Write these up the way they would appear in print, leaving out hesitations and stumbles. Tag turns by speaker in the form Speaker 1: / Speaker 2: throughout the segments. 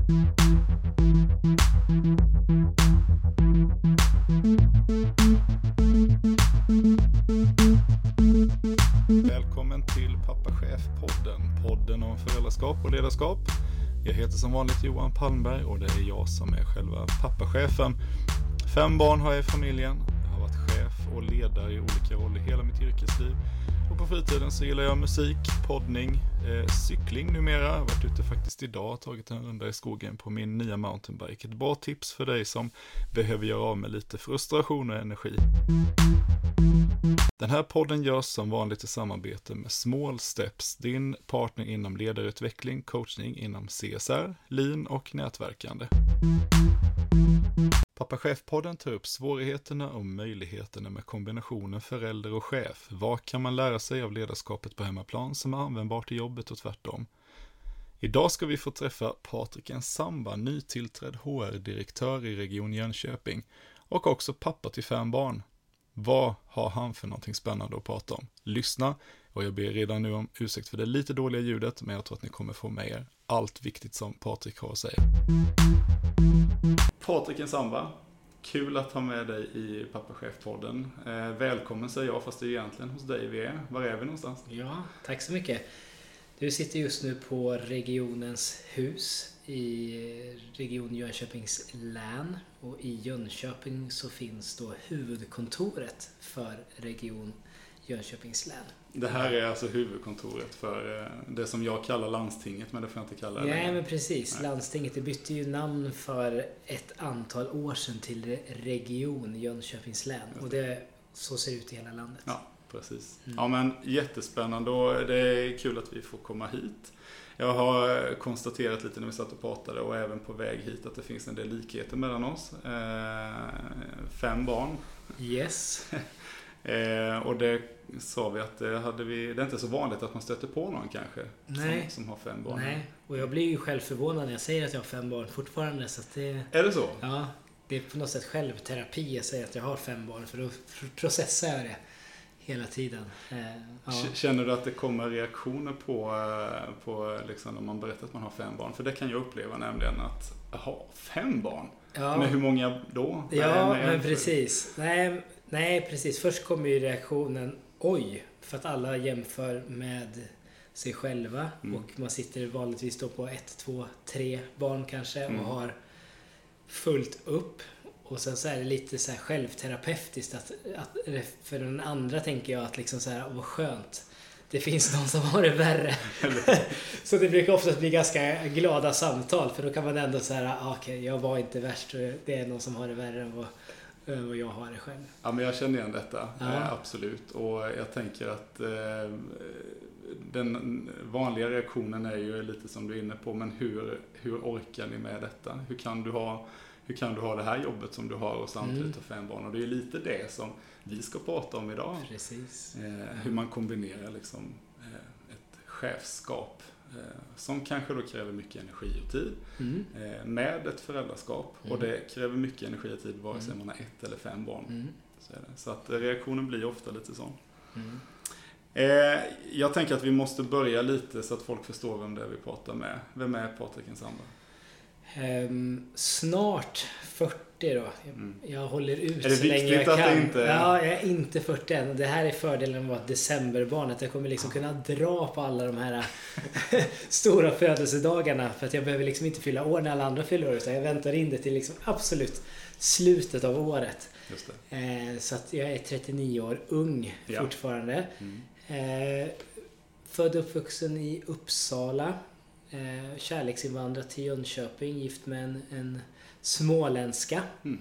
Speaker 1: Välkommen till Pappa Chef-podden, podden om föräldraskap och ledarskap. Jag heter som vanligt Johan Palmberg och det är jag som är själva pappachefen. 5 barn har jag i familjen. Jag har varit chef och ledare i olika roller hela mitt yrkesliv. Och på fritiden så gillar jag musik, poddning, cykling numera. Jag har varit ute faktiskt idag och tagit en runda i skogen på min nya mountainbike. Ett bra tips för dig som behöver göra av med lite frustration och energi. Den här podden görs som vanligt i samarbete med Small Steps, din partner inom ledarutveckling, coachning inom CSR, lean och nätverkande. Pappa Chef-podden tar upp svårigheterna och möjligheterna med kombinationen förälder och chef. Vad kan man lära sig av ledarskapet på hemmaplan som är användbart i jobbet och tvärtom? Idag ska vi få träffa Patrik Nsamba, nytillträdd HR-direktör i Region Jönköping och också pappa till 5 barn. Vad har han för någonting spännande att prata om? Lyssna, och jag ber redan nu om ursäkt för det lite dåliga ljudet, men jag tror att ni kommer få med er allt viktigt som Patrik har att säga. Patrik Nsamba, kul att ha med dig i Pappa Chef-podden. Välkommen säger jag, fast det är egentligen hos dig vi är. Var är vi någonstans?
Speaker 2: Ja, tack så mycket. Du sitter just nu på regionens hus i Region Jönköpings län, och i Jönköping så finns då huvudkontoret för Region Jönköpings län.
Speaker 1: Det här är alltså huvudkontoret för det som jag kallar landstinget, men det får jag inte kalla det.
Speaker 2: Nej, men precis. Nej. Landstinget, det bytte ju namn för ett antal år sedan till Region Jönköpings län, och så ser det ut i hela landet.
Speaker 1: Ja, precis. Ja, men jättespännande, och det är kul att vi får komma hit. Jag har konstaterat lite när vi satt och pratade och även på väg hit att det finns en del likheter mellan oss. 5 barn.
Speaker 2: Yes.
Speaker 1: Och det sa vi att det är inte så vanligt att man stöter på någon kanske som har 5 barn.
Speaker 2: Nej, och jag blir ju själv förvånad när jag säger att jag har 5 barn fortfarande. Så att det,
Speaker 1: är det så?
Speaker 2: Ja, det är på något sätt självterapi att säga att jag har 5 barn, för då processar jag det hela tiden. Ja.
Speaker 1: Känner du att det kommer reaktioner på liksom när man berättar att man har 5 barn? För det kan jag uppleva nämligen att, 5 barn? Ja. Men hur många då?
Speaker 2: Ja, men precis. Nej, precis. Först kommer ju reaktionen, oj, för att alla jämför med sig själva. Och man sitter vanligtvis då på 1, 2, 3 barn kanske och har fullt upp. Och sen så är det lite så här självterapeutiskt att för den andra tänker jag att liksom så här, vad skönt. Det finns någon som har det värre. Så det brukar ofta bli ganska glada samtal, för då kan man ändå så här, okej, jag var inte värst, det är någon som har det värre än vad jag har det själv. Ja,
Speaker 1: men jag känner igen detta, absolut. Och jag tänker att den vanliga reaktionen är ju lite som du är inne på, men hur orkar ni med detta? Hur kan du ha det här jobbet som du har och samtidigt ha 5 barn? Och det är lite det som vi ska prata om idag.
Speaker 2: Precis.
Speaker 1: Hur man kombinerar liksom, ett chefskap som kanske då kräver mycket energi och tid med ett föräldraskap. Och det kräver mycket energi och tid vare sig man har 1 eller 5 barn. Så att reaktionen blir ofta lite sån. Jag tänker att vi måste börja lite så att folk förstår vem det är vi pratar med. Vem är Patrik Nsamba?
Speaker 2: Snart 40 då. Jag håller ut
Speaker 1: så länge jag kan. Är det viktigt att det inte...
Speaker 2: Ja, jag är inte 40 än. Det här är fördelen med att vara ett decemberbarn, att jag kommer liksom kunna dra på alla de här stora födelsedagarna, för att jag behöver liksom inte fylla år när alla andra fyller år, utan jag väntar in det till liksom absolut slutet av året.
Speaker 1: Just det.
Speaker 2: Så att jag är 39 år ung fortfarande. Född och uppvuxen i Uppsala. Kärleksinvandrad till Jönköping, gift med en småländska.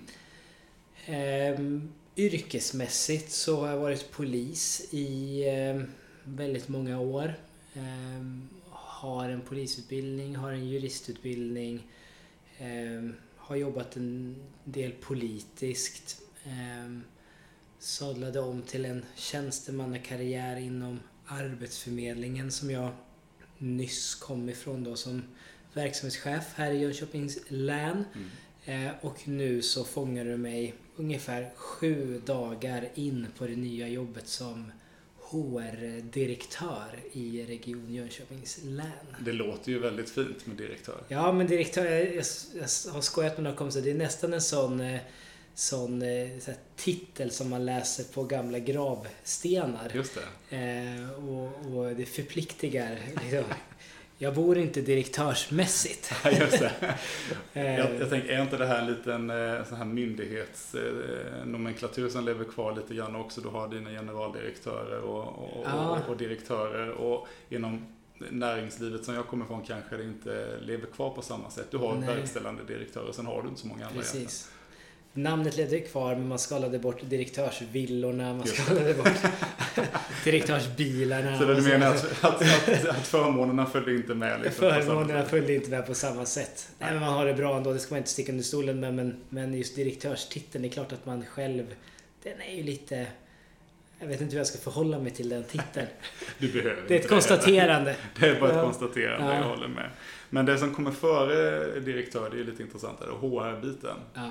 Speaker 2: Yrkesmässigt så har jag varit polis i väldigt många år. Har en polisutbildning, har en juristutbildning, har jobbat en del politiskt, sadlade om till en tjänstemannakarriär inom Arbetsförmedlingen som jag nyss kom ifrån då som verksamhetschef här i Jönköpings län. Och nu så fångar du mig ungefär 7 dagar in på det nya jobbet som HR-direktör i Region Jönköpings län.
Speaker 1: Det låter ju väldigt fint med direktör.
Speaker 2: Ja, men direktör, jag har skojat med några kompisar. Det är nästan en sån så här, titel som man läser på gamla gravstenar.
Speaker 1: Just det.
Speaker 2: Och det förpliktigar. Liksom. Jag bor inte direktörsmässigt.
Speaker 1: Ja, just det. Jag tänker, är inte det här en liten sån här myndighetsnomenklatur som lever kvar lite grann också? Du har dina generaldirektörer och direktörer, och inom näringslivet som jag kommer ifrån kanske det inte lever kvar på samma sätt. Du har verkställande direktörer, sen har du inte så många andra.
Speaker 2: Precis. Namnet levde kvar, men man skalade bort direktörsvillorna, man skalade bort direktörsbilarna.
Speaker 1: Så du menar att förmånerna följde inte med? Liksom,
Speaker 2: förmånerna följde inte med på samma sätt. Nej, men man har det bra ändå, det ska man inte sticka under stolen med, men just direktörstiteln, det är klart att man själv, den är ju lite... Jag vet inte hur jag ska förhålla mig till den titeln.
Speaker 1: Du behöver
Speaker 2: det är ett konstaterande.
Speaker 1: Det är bara ett konstaterande, jag håller med. Men det som kommer före direktör, det är lite intressant, är HR-biten.
Speaker 2: Ja.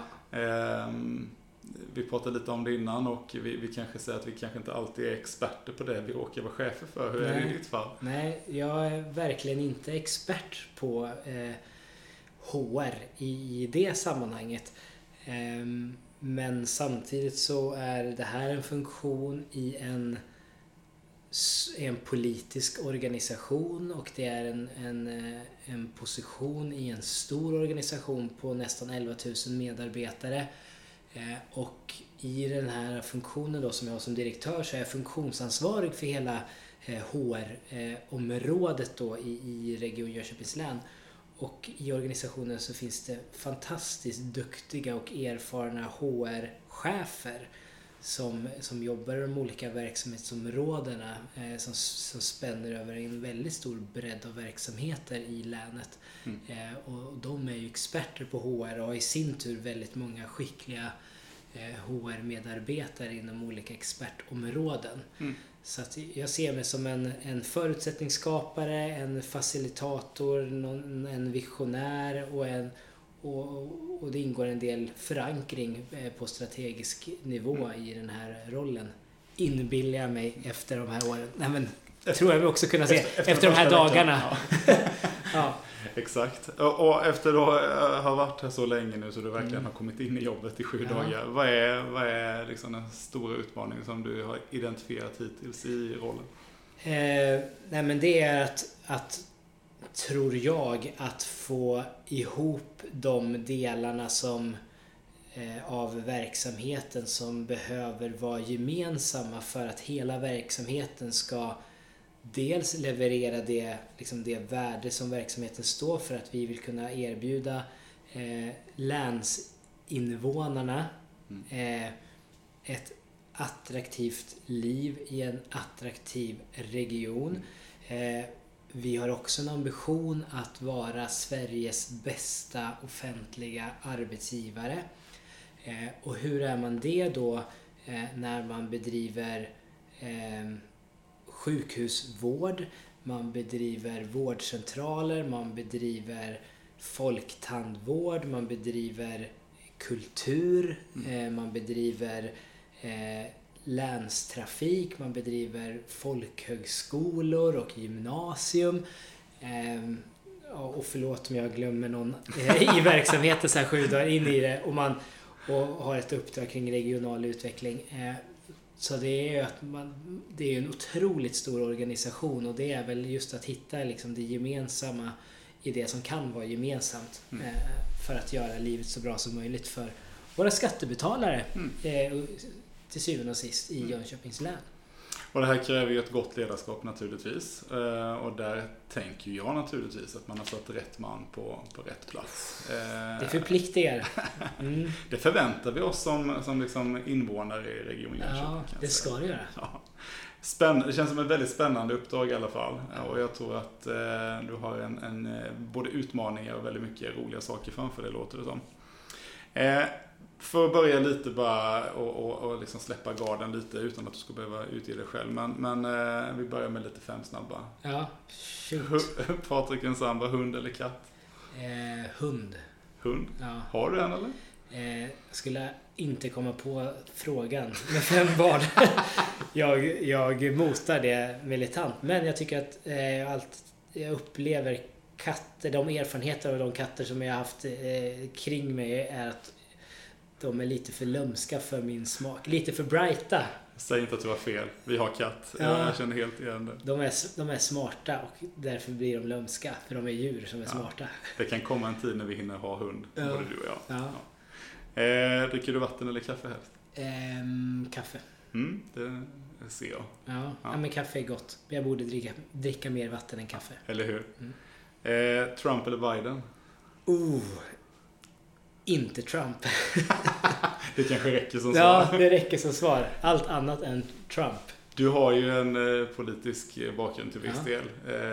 Speaker 1: Vi pratade lite om det innan, och vi kanske säger att vi kanske inte alltid är experter på det vi råkar vara chefer för. Hur är det i ditt fall?
Speaker 2: Nej, jag är verkligen inte expert på HR i det sammanhanget. Men samtidigt så är det här en funktion i en politisk organisation, och det är en position i en stor organisation på nästan 11 000 medarbetare. Och i den här funktionen då, som jag har som direktör, så är jag funktionsansvarig för hela HR-området då i Region Jönköpings län. Och i organisationen så finns det fantastiskt duktiga och erfarna HR-chefer som jobbar i de olika verksamhetsområdena, som spänner över en väldigt stor bredd av verksamheter i länet. Och de är ju experter på HR och har i sin tur väldigt många skickliga HR-medarbetare inom olika expertområden. Så att jag ser mig som en förutsättningsskapare, en facilitator, en visionär och det ingår en del förankring på strategisk nivå i den här rollen. Inbillar jag mig efter de här åren. Nej, men tror jag vi också kunna se efter de här dagarna. Ja.
Speaker 1: Exakt. Och efter att ha varit här så länge nu, så du verkligen har kommit in i jobbet i 7 dagar. Vad är liksom den stora utmaningen som du har identifierat hittills i rollen?
Speaker 2: Nej, men det är att tror jag, att få ihop de delarna av verksamheten som behöver vara gemensamma för att hela verksamheten ska dels leverera det värde som verksamheten står för, att vi vill kunna erbjuda länsinvånarna ett attraktivt liv i en attraktiv region. Vi har också en ambition att vara Sveriges bästa offentliga arbetsgivare. Och hur är man det då när man bedriver sjukhusvård, man bedriver vårdcentraler, man bedriver folktandvård, man bedriver kultur, man bedriver länstrafik, man bedriver folkhögskolor och gymnasium. Och förlåt om jag glömmer någon i verksamheten så här 7 dagar in i det, och har ett uppdrag kring regional utveckling. Så det är ju en otroligt stor organisation, och det är väl just att hitta liksom det gemensamma i det som kan vara gemensamt för att göra livet så bra som möjligt för våra skattebetalare till syvende och sist i Jönköpings län.
Speaker 1: Och det här kräver ju ett gott ledarskap naturligtvis. Och där tänker jag naturligtvis att man har satt rätt man på rätt plats.
Speaker 2: Det förpliktigar.
Speaker 1: Det förväntar vi oss som liksom invånare i Region Jönköping.
Speaker 2: Ja, det ska det göra.
Speaker 1: Ja. Det känns som ett väldigt spännande uppdrag i alla fall. Och jag tror att du har en både utmaningar och väldigt mycket roliga saker framför dig, låter det som. För att börja lite bara och liksom släppa garden lite utan att du ska behöva utge dig själv. Men vi börjar med lite 5 snabba.
Speaker 2: Ja,
Speaker 1: Patrik Nsamba, hund eller katt?
Speaker 2: Hund.
Speaker 1: Hund?
Speaker 2: Ja.
Speaker 1: Har du en eller?
Speaker 2: Jag skulle inte komma på frågan med 5 barn. jag motar det militant. Men jag tycker att jag upplever katter, de erfarenheter av de katter som jag har haft kring mig är att de är lite för lömska för min smak. Lite för brighta.
Speaker 1: Säg inte att du har fel. Vi har katt. Jag känner helt igen det.
Speaker 2: De är smarta och därför blir de lömska. För de är djur som är smarta.
Speaker 1: Det kan komma en tid när vi hinner ha hund. Både du och jag.
Speaker 2: Ja.
Speaker 1: Dricker du vatten eller kaffe helst?
Speaker 2: Kaffe.
Speaker 1: Det ser jag.
Speaker 2: Ja, men kaffe är gott. Jag borde dricka mer vatten än kaffe.
Speaker 1: Eller hur? Trump eller Biden?
Speaker 2: Inte Trump.
Speaker 1: Det kanske räcker som svar.
Speaker 2: Ja, det räcker som svar. Allt annat än Trump.
Speaker 1: Du har ju en politisk bakgrund till viss del.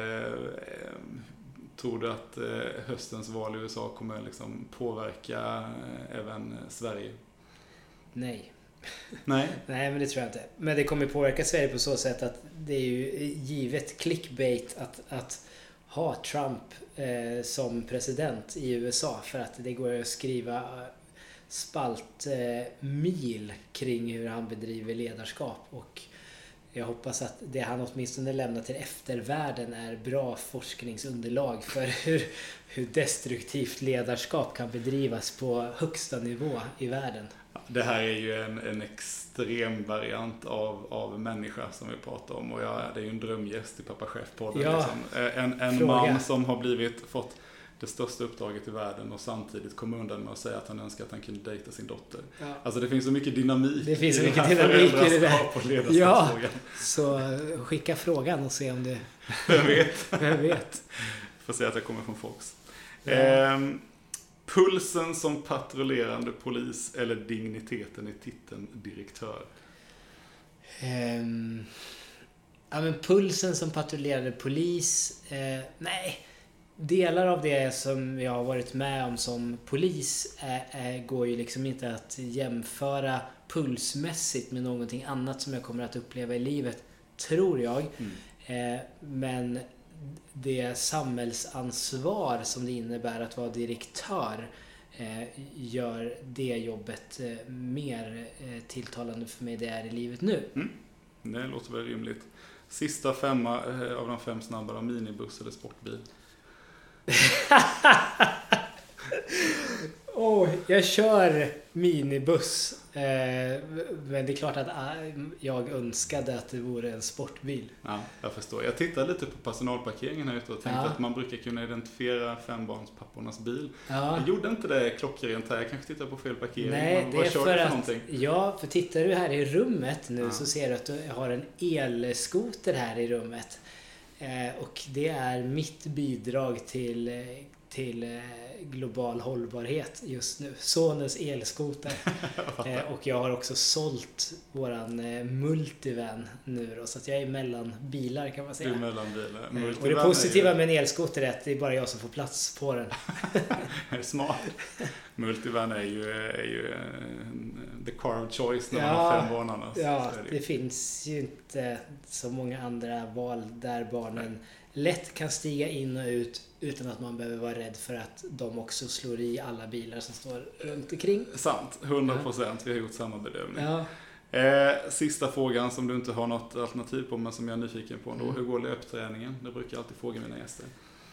Speaker 1: Tror du att höstens val i USA kommer liksom påverka även Sverige?
Speaker 2: Nej.
Speaker 1: Nej,
Speaker 2: men det tror jag inte. Men det kommer påverka Sverige på så sätt att det är ju givet clickbait att ha Trump som president i USA, för att det går att skriva spaltmil kring hur han bedriver ledarskap, och jag hoppas att det han åtminstone lämnar till eftervärlden är bra forskningsunderlag för hur destruktivt ledarskap kan bedrivas på högsta nivå i världen.
Speaker 1: det här är ju en extrem variant av människa som vi pratar om, och det är ju en drömgäst i Pappa Chef-podden.
Speaker 2: Ja,
Speaker 1: liksom. En man som har fått det största uppdraget i världen och samtidigt kom undan med att säga att han önskar att han kunde dejta sin dotter.
Speaker 2: Ja.
Speaker 1: Alltså det finns så mycket dynamik.
Speaker 2: Det finns så mycket dynamik i det där.
Speaker 1: Ja,
Speaker 2: så skicka frågan och se om det...
Speaker 1: Vem vet. Får säga att jag kommer från Fox. Ja. Pulsen som patrullerande polis eller digniteten i titeln direktör?
Speaker 2: Ja, men pulsen som patrullerande polis... nej... Delar av det som jag har varit med om som polis går ju liksom inte att jämföra pulsmässigt med någonting annat som jag kommer att uppleva i livet, tror jag. Men det samhällsansvar som det innebär att vara direktör gör det jobbet mer tilltalande för mig det är i livet nu.
Speaker 1: Det låter väl rimligt. Sista 5 av de 5 snabba, minibuss eller sportbil?
Speaker 2: Jag kör minibuss, men det är klart att jag önskade att det vore en sportbil.
Speaker 1: Ja, jag förstår. Jag tittade lite på personalparkeringen här ute och tänkte att man brukar kunna identifiera 5-barnspappornas bil. Ja. Jag gjorde inte det klockrent här. Jag kanske tittar på fel parkering.
Speaker 2: Nej, det är för att... Ja, för tittar du här i rummet nu så ser du att du har en elskoter här i rummet. Och det är mitt bidrag till global hållbarhet just nu. Sonens elskoter. Och jag har också sålt våran multivan nu då, så att jag är mellan bilar kan man säga.
Speaker 1: Du är mellan bilar.
Speaker 2: Och det positiva med en elskoter är att det är bara jag som får plats på den.
Speaker 1: Smart. Multivan är ju the car of choice när man har 5 barn annars.
Speaker 2: Ja, det finns ju inte så många andra val där barnen lätt kan stiga in och ut utan att man behöver vara rädd för att de också slår i alla bilar som står runt omkring.
Speaker 1: Sant, 100%. Vi har gjort samma bedömning. Ja. Sista frågan som du inte har något alternativ på, men som jag är nyfiken på ändå. Hur går löpträningen? Det brukar jag alltid fråga mina gäster.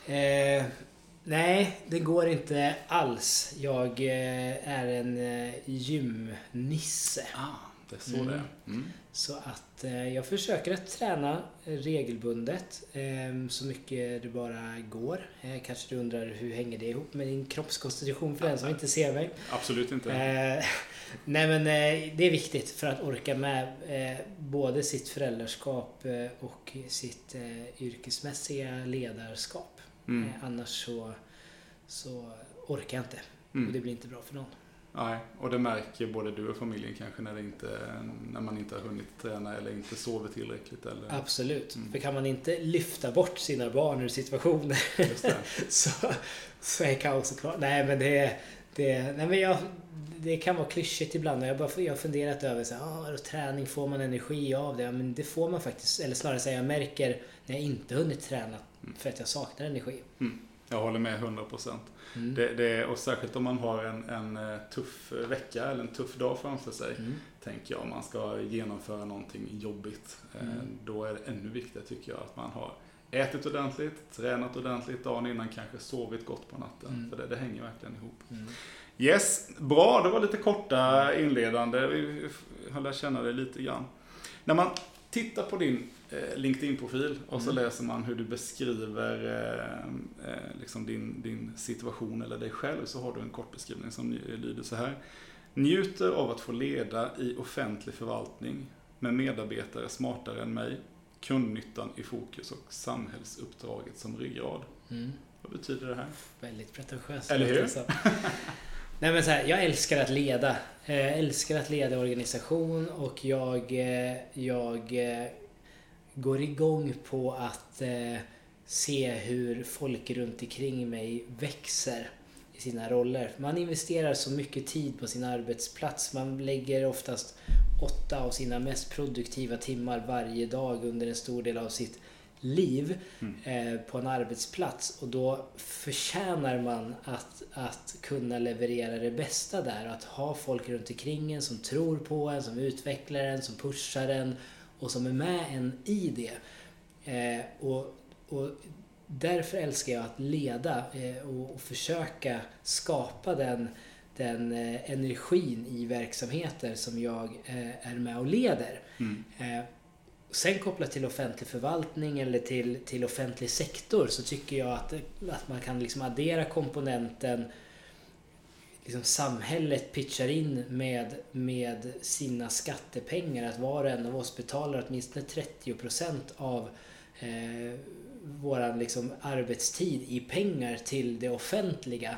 Speaker 2: Nej, det går inte alls. Jag är en gymnisse.
Speaker 1: Det är så det.
Speaker 2: Så att jag försöker att träna regelbundet så mycket det bara går. Kanske du undrar hur hänger det ihop med din kroppskonstitution för den som inte ser mig?
Speaker 1: Absolut inte.
Speaker 2: Nej, men det är viktigt för att orka med både sitt föräldraskap och sitt yrkesmässiga ledarskap. Annars så orkar jag inte. Och det blir inte bra för någon.
Speaker 1: Nej, och det märker både du och familjen kanske när man inte har hunnit träna eller inte sover tillräckligt. Eller...
Speaker 2: Absolut, för kan man inte lyfta bort sina barn ur situationer så är kaoset kvar. Nej, men det kan vara klyschigt ibland. Jag har funderat över träning, får man energi av det? Men det får man faktiskt, eller snarare säga jag märker när jag inte hunnit träna för att jag saknar energi.
Speaker 1: Jag håller med 100%. Och särskilt om man har en tuff vecka eller en tuff dag framför sig, tänker jag, om man ska genomföra någonting jobbigt. Då är det ännu viktigare, tycker jag, att man har ätit ordentligt, tränat ordentligt dagen innan, kanske sovit gott på natten. För det hänger verkligen ihop. Yes, bra. Det var lite korta inledande. Vi har känna det lite grann. När man tittar på din LinkedIn-profil och så läser man hur du beskriver liksom din situation eller dig själv, så har du en kort beskrivning som lyder så här: njuter av att få leda i offentlig förvaltning med medarbetare smartare än mig, kundnyttan i fokus och samhällsuppdraget som ryggrad. Vad betyder det här?
Speaker 2: Väldigt pretentiöst.
Speaker 1: Eller hur?
Speaker 2: Nej, men så här, jag älskar att leda. Jag älskar att leda organisation, och jag går igång på att se hur folk runt omkring mig växer i sina roller. Man investerar så mycket tid på sin arbetsplats. Man lägger oftast 8 av sina mest produktiva timmar varje dag under en stor del av sitt liv på en arbetsplats, och då förtjänar man att kunna leverera det bästa där, att ha folk runt omkring en som tror på en, som utvecklar en, som pushar en och som är med en i det. Och därför älskar jag att leda och försöka skapa den energin i verksamheter som jag är med och leder. Sen kopplat till offentlig förvaltning eller till offentlig sektor, så tycker jag att man kan liksom addera komponenten, liksom samhället pitchar in med sina skattepengar, att var och en av oss betalar åtminstone 30% av våran liksom arbetstid i pengar till det offentliga,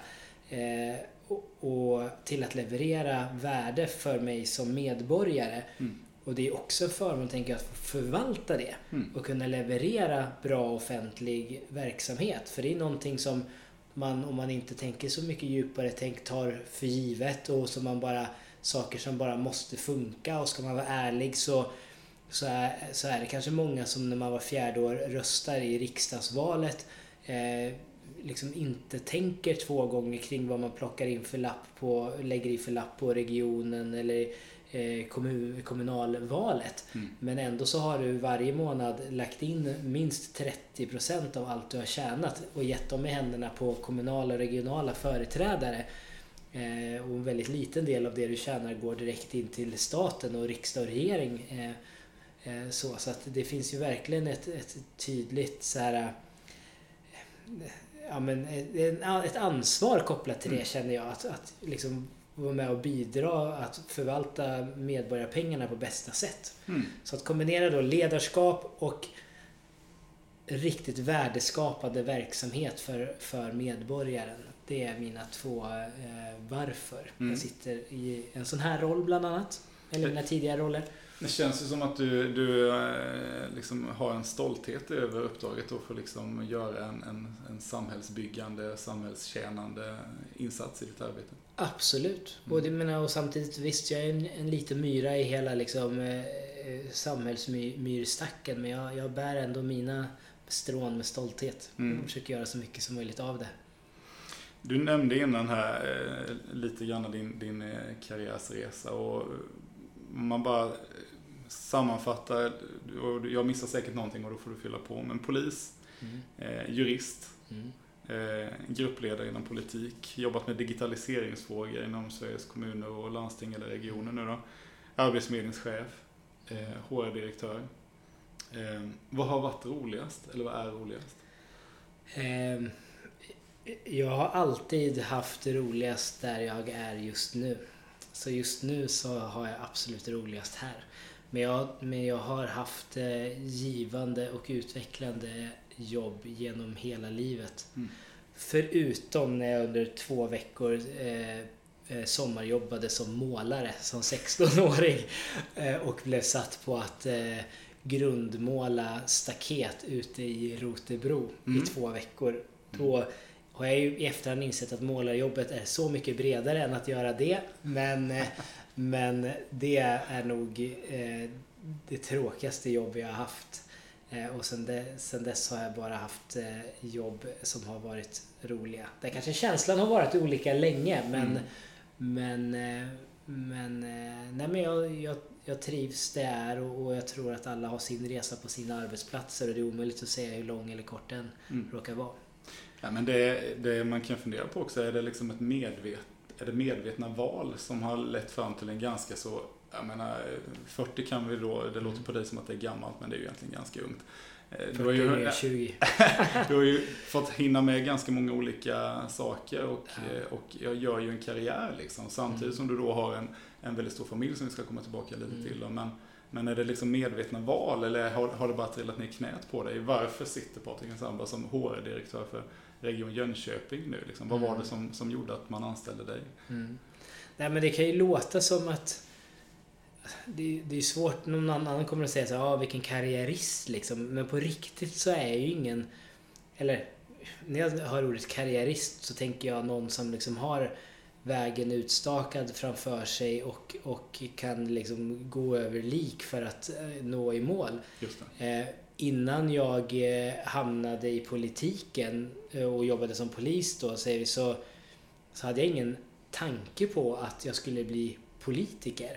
Speaker 2: och till att leverera värde för mig som medborgare. Och det är också en förmån, tänker jag, att förvalta det och kunna leverera bra offentlig verksamhet. För det är någonting som man, om man inte tänker så mycket djupare, tar för givet, och som man bara, saker som bara måste funka. Och ska man vara ärlig så är det kanske många som när man var 4:e år röstar i riksdagsvalet liksom inte tänker 2 gånger kring vad man plockar in för lägger i för lapp på regionen eller kommunalvalet. Men ändå så har du varje månad lagt in minst 30% av allt du har tjänat och gett dem i händerna på kommunala och regionala företrädare. Och en väldigt liten del av det du tjänar går direkt in till staten och riksdag och regering. Så att det finns ju verkligen ett tydligt så här, ett ansvar kopplat till det, känner jag, att liksom vara med och bidra att förvalta medborgarpengarna på bästa sätt. Så att kombinera då ledarskap och riktigt värdeskapande verksamhet för medborgaren. Det är mina 2 varför jag sitter i en sån här roll bland annat, eller mina tidigare roller.
Speaker 1: Det känns ju som att du liksom har en stolthet över uppdraget och får liksom göra en samhällsbyggande, samhällstjänande insats i ditt arbete.
Speaker 2: Absolut. Och samtidigt visst, jag är en liten myra i hela liksom, samhällsmyrstacken, men jag bär ändå mina strån med stolthet och försöker göra så mycket som möjligt av det.
Speaker 1: Du nämnde innan här lite grann din karriärsresa, och man bara sammanfattar, och jag missar säkert någonting och då får du fylla på, men polis, jurist, gruppledare inom politik, jobbat med digitaliseringsfrågor inom Sveriges kommuner och landsting eller regioner nu då, arbetsförmedlingschef, HR-direktör. Vad har varit roligast, eller vad är roligast?
Speaker 2: Jag har alltid haft roligast där jag är just nu. Så just nu så har jag absolut roligast här. Men jag har haft givande och utvecklande jobb genom hela livet. Förutom när jag under 2 veckor sommarjobbade som målare som 16-åring och blev satt på att grundmåla staket ute i Rotebro i 2 veckor. Då har jag ju i efterhand insett att målarjobbet är så mycket bredare än att göra det. Men det är nog det tråkigaste jobb jag har haft. Och sen dess har jag bara haft jobb som har varit roliga. Där kanske känslan har varit olika länge, men jag trivs där och jag tror att alla har sin resa på sina arbetsplatser och det är omöjligt att säga hur lång eller kort den råkar vara.
Speaker 1: Ja, men det man kan fundera på också, är det liksom är det medvetna val som har lett fram till en ganska så, jag menar 40 kan vi då, det låter på dig som att det är gammalt, men det är ju egentligen ganska ungt.
Speaker 2: 20.
Speaker 1: Du har ju fått hinna med ganska många olika saker och jag gör ju en karriär liksom, samtidigt som du då har en väldigt stor familj som vi ska komma tillbaka lite till. Men är det liksom medvetna val eller har det bara trillat ner knät på dig? Varför sitter Patrik Nsamba som HR-direktör för Region Jönköping nu? Liksom? Vad var det som gjorde att man anställde dig?
Speaker 2: Nej, men det kan ju låta som att det är svårt, någon annan kommer att säga så här, vilken karriärist liksom. Men på riktigt så är jag ju ingen, eller när jag hör ordet karriärist så tänker jag någon som liksom har vägen utstakad framför sig och kan liksom gå över lik för att nå i mål.
Speaker 1: Just det.
Speaker 2: Innan jag hamnade i politiken och jobbade som polis då, så hade jag ingen tanke på att jag skulle bli politiker.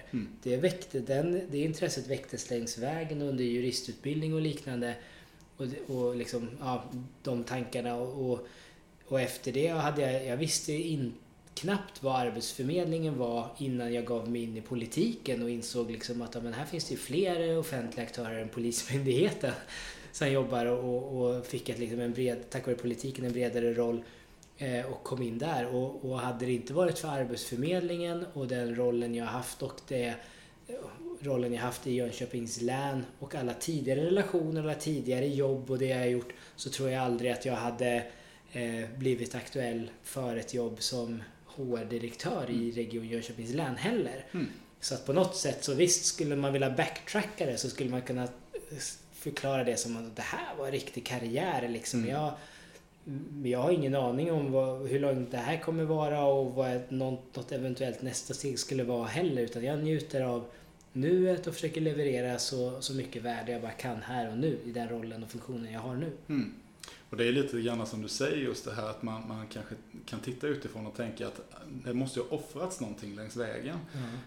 Speaker 2: Det intresset väcktes längs vägen under juristutbildning och liknande och liksom, de tankarna och efter det hade jag visste knappt vad Arbetsförmedlingen var innan jag gav mig in i politiken och insåg liksom att men här finns det ju fler offentliga aktörer än Polismyndigheten som jobbar och fick tack vare politiken en bredare roll och kom in där och hade det inte varit för Arbetsförmedlingen och den rollen jag haft och rollen jag haft i Jönköpings län och alla tidigare relationer, alla tidigare jobb och det jag har gjort, så tror jag aldrig att jag hade blivit aktuell för ett jobb som HR-direktör i Region Jönköpings län heller. Så att på något sätt, så visst skulle man vilja backtracka det, så skulle man kunna förklara det som att det här var en riktig karriär liksom. Jag har ingen aning om hur långt det här kommer vara och vad något eventuellt nästa steg skulle vara heller, utan jag njuter av nuet och försöker leverera så mycket värde jag bara kan här och nu i den rollen och funktionen jag har nu.
Speaker 1: Och det är lite grann som du säger, just det här att man kanske kan titta utifrån och tänka att det måste ju ha offrats någonting längs vägen.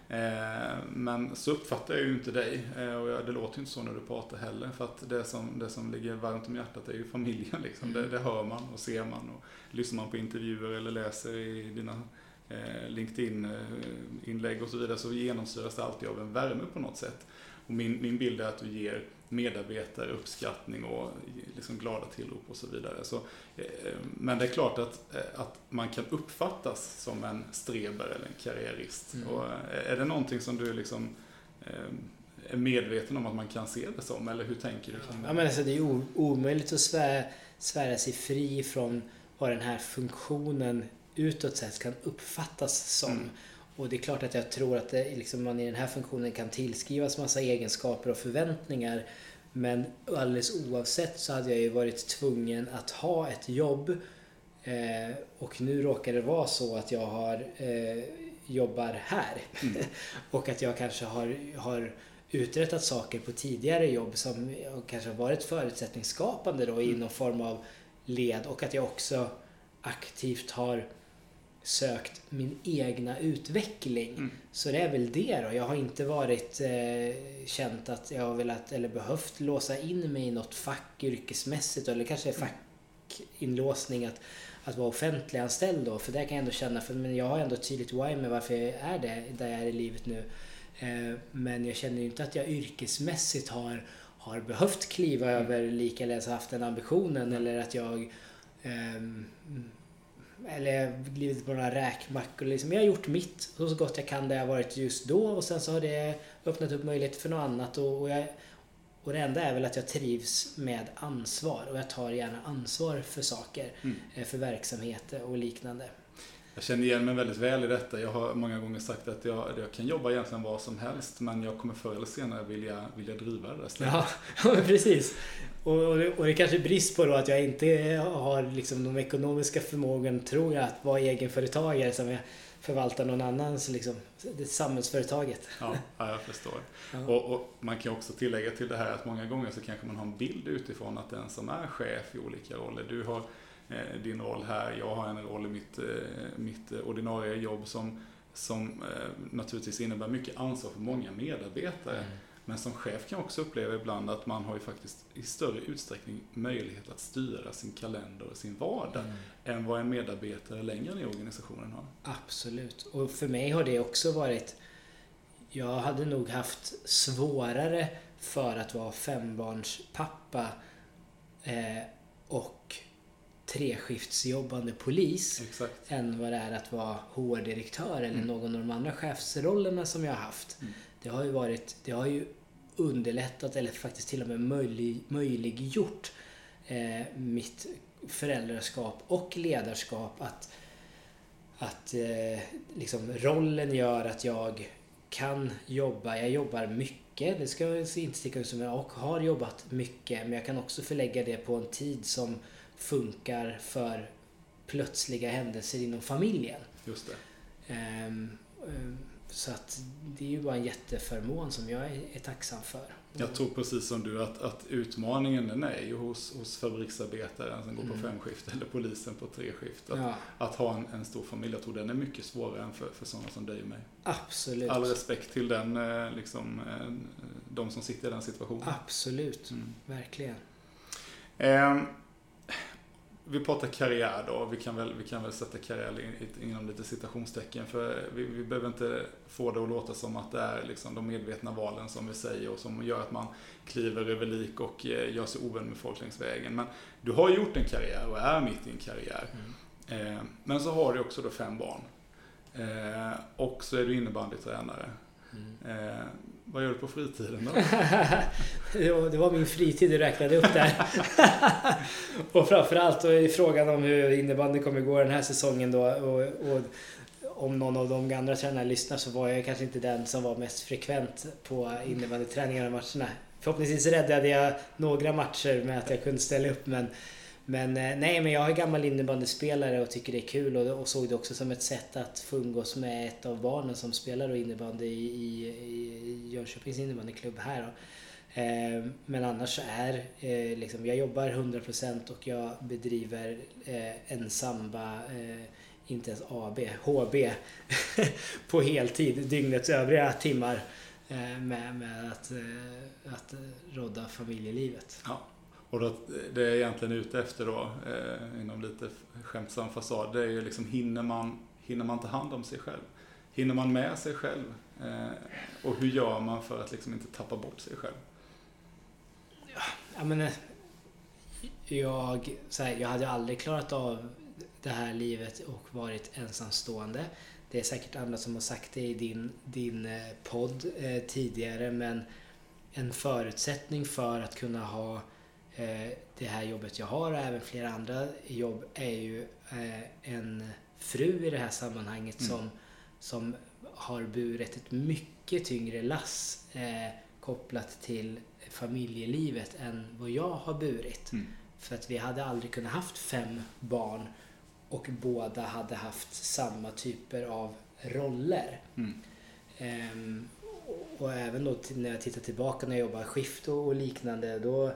Speaker 1: Men så uppfattar jag ju inte dig och det låter ju inte så när du pratar heller, för att det som ligger varmt om hjärtat är ju familjen liksom. Det hör man och ser man och lyssnar man på intervjuer eller läser i dina LinkedIn-inlägg och så vidare, så genomsyras det alltid av en värme på något sätt. Och min bild är att du ger medarbetare uppskattning och liksom glada tillrop och så vidare. Men det är klart att man kan uppfattas som en streber eller en karriärist. Och är det någonting som du liksom är medveten om att man kan se det som, eller hur tänker du kring det?
Speaker 2: Ja, men alltså, det är omöjligt att svära sig fri från vad den här funktionen utåt sett kan uppfattas som. Och det är klart att jag tror att man i den här funktionen kan tillskrivas massa egenskaper och förväntningar. Men alldeles oavsett så hade jag ju varit tvungen att ha ett jobb. Och nu råkar det vara så att jag jobbar här. Och att jag kanske har uträttat saker på tidigare jobb som kanske har varit förutsättningsskapande då i någon form av led. Och att jag också aktivt har sökt min egna utveckling. Så det är väl det då. Jag har inte varit känt att jag har velat eller behövt låsa in mig i något fack yrkesmässigt, eller kanske fackinlåsning att vara offentliganställd då. För det kan jag ändå känna, men jag har ändå tydligt why med varför jag är där jag är i livet nu. Men jag känner ju inte att jag yrkesmässigt har behövt kliva över lika eller ens haft den ambitionen, eller att jag eller glidit på några räkmackor liksom. Jag har gjort mitt så gott jag kan där jag varit just då, och sen så har det öppnat upp möjlighet för något annat och det enda är väl att jag trivs med ansvar, och jag tar gärna ansvar för saker, för verksamheter och liknande.
Speaker 1: Jag känner igen mig väldigt väl i detta. Jag har många gånger sagt att jag kan jobba egentligen vad som helst, men jag kommer förr eller senare vilja driva det där stället.
Speaker 2: Ja, precis. Och det kanske är brist på då att jag inte har liksom de ekonomiska förmågan, tror jag, att vara egenföretagare som jag förvaltar någon annans liksom, det samhällsföretaget.
Speaker 1: Ja, jag förstår.
Speaker 2: Ja.
Speaker 1: Och man kan också tillägga till det här att många gånger så kanske man har en bild utifrån att den som är chef i olika roller, du har din roll här, jag har en roll i mitt ordinarie jobb som naturligtvis innebär mycket ansvar för många medarbetare. Men som chef kan jag också uppleva ibland att man har ju faktiskt i större utsträckning möjlighet att styra sin kalender och sin vardag än vad en medarbetare längre ner i organisationen har.
Speaker 2: Absolut. Och för mig har det också varit, jag hade nog haft svårare för att vara 5-barnspappa och 3-skiftsjobbande polis.
Speaker 1: Exakt.
Speaker 2: Än vad det är att vara HR-direktör eller någon av de andra chefsrollerna som jag har haft. Det har ju underlättat eller faktiskt till och med möjliggjort mitt föräldraskap och ledarskap att liksom rollen gör att jag kan jobba. Jag jobbar mycket, det ska jag inte sticka ut som jag, och har jobbat mycket, men jag kan också förlägga det på en tid som funkar för plötsliga händelser inom familjen.
Speaker 1: Just det.
Speaker 2: Så att det är ju bara en jätteförmån som jag är tacksam för.
Speaker 1: Jag tror precis som du att utmaningen den är ju hos fabriksarbetaren som går på 5-skift eller polisen på 3-skift. Att ha en stor familj, jag tror den är mycket svårare än för sådana som dig och mig.
Speaker 2: Absolut.
Speaker 1: All respekt till den, liksom, de som sitter i den situationen.
Speaker 2: Absolut, verkligen.
Speaker 1: Vi pratar karriär då. Vi kan väl sätta karriär inom lite citationstecken, för vi behöver inte få det att låta som att det är liksom de medvetna valen som vi säger och som gör att man kliver över lik och gör sig ovän med folk längs vägen. Men du har gjort en karriär och är mitt i en karriär. Men så har du också då 5 barn. Och så är du innebandytränare. Vad gör du på fritiden då?
Speaker 2: Det var min fritid du räknade upp där. Och framförallt då är frågan om hur innebandy kommer gå den här säsongen då. Och om någon av de andra tränarna lyssnar så var jag kanske inte den som var mest frekvent på innebandyträningarna och matcherna. Förhoppningsvis räddade jag några matcher med att jag kunde ställa upp, men jag är gammal innebandyspelare och tycker det är kul och såg det också som ett sätt att få umgås med ett av barnen som spelar innebandy i Jönköpings innebandyklubb här då. Men annars så är liksom, jag jobbar 100% och jag bedriver en samba, inte ens AB, HB på heltid, dygnets övriga timmar med att rodda familjelivet.
Speaker 1: Ja. Och då, det är egentligen ute efter då, inom lite skämtsam fasad, det är ju liksom, hinner man ta hand om sig själv? Hinner man med sig själv? Och hur gör man för att liksom inte tappa bort sig själv?
Speaker 2: Ja, men jag hade aldrig klarat av det här livet och varit ensamstående. Det är säkert andra som har sagt det i din podd tidigare, men en förutsättning för att kunna ha det här jobbet jag har och även flera andra jobb är ju en fru i det här sammanhanget som har burit ett mycket tyngre lass kopplat till familjelivet än vad jag har burit. För att vi hade aldrig kunnat haft 5 barn och båda hade haft samma typer av roller. Och även då när jag tittar tillbaka när jag jobbar skift och liknande, då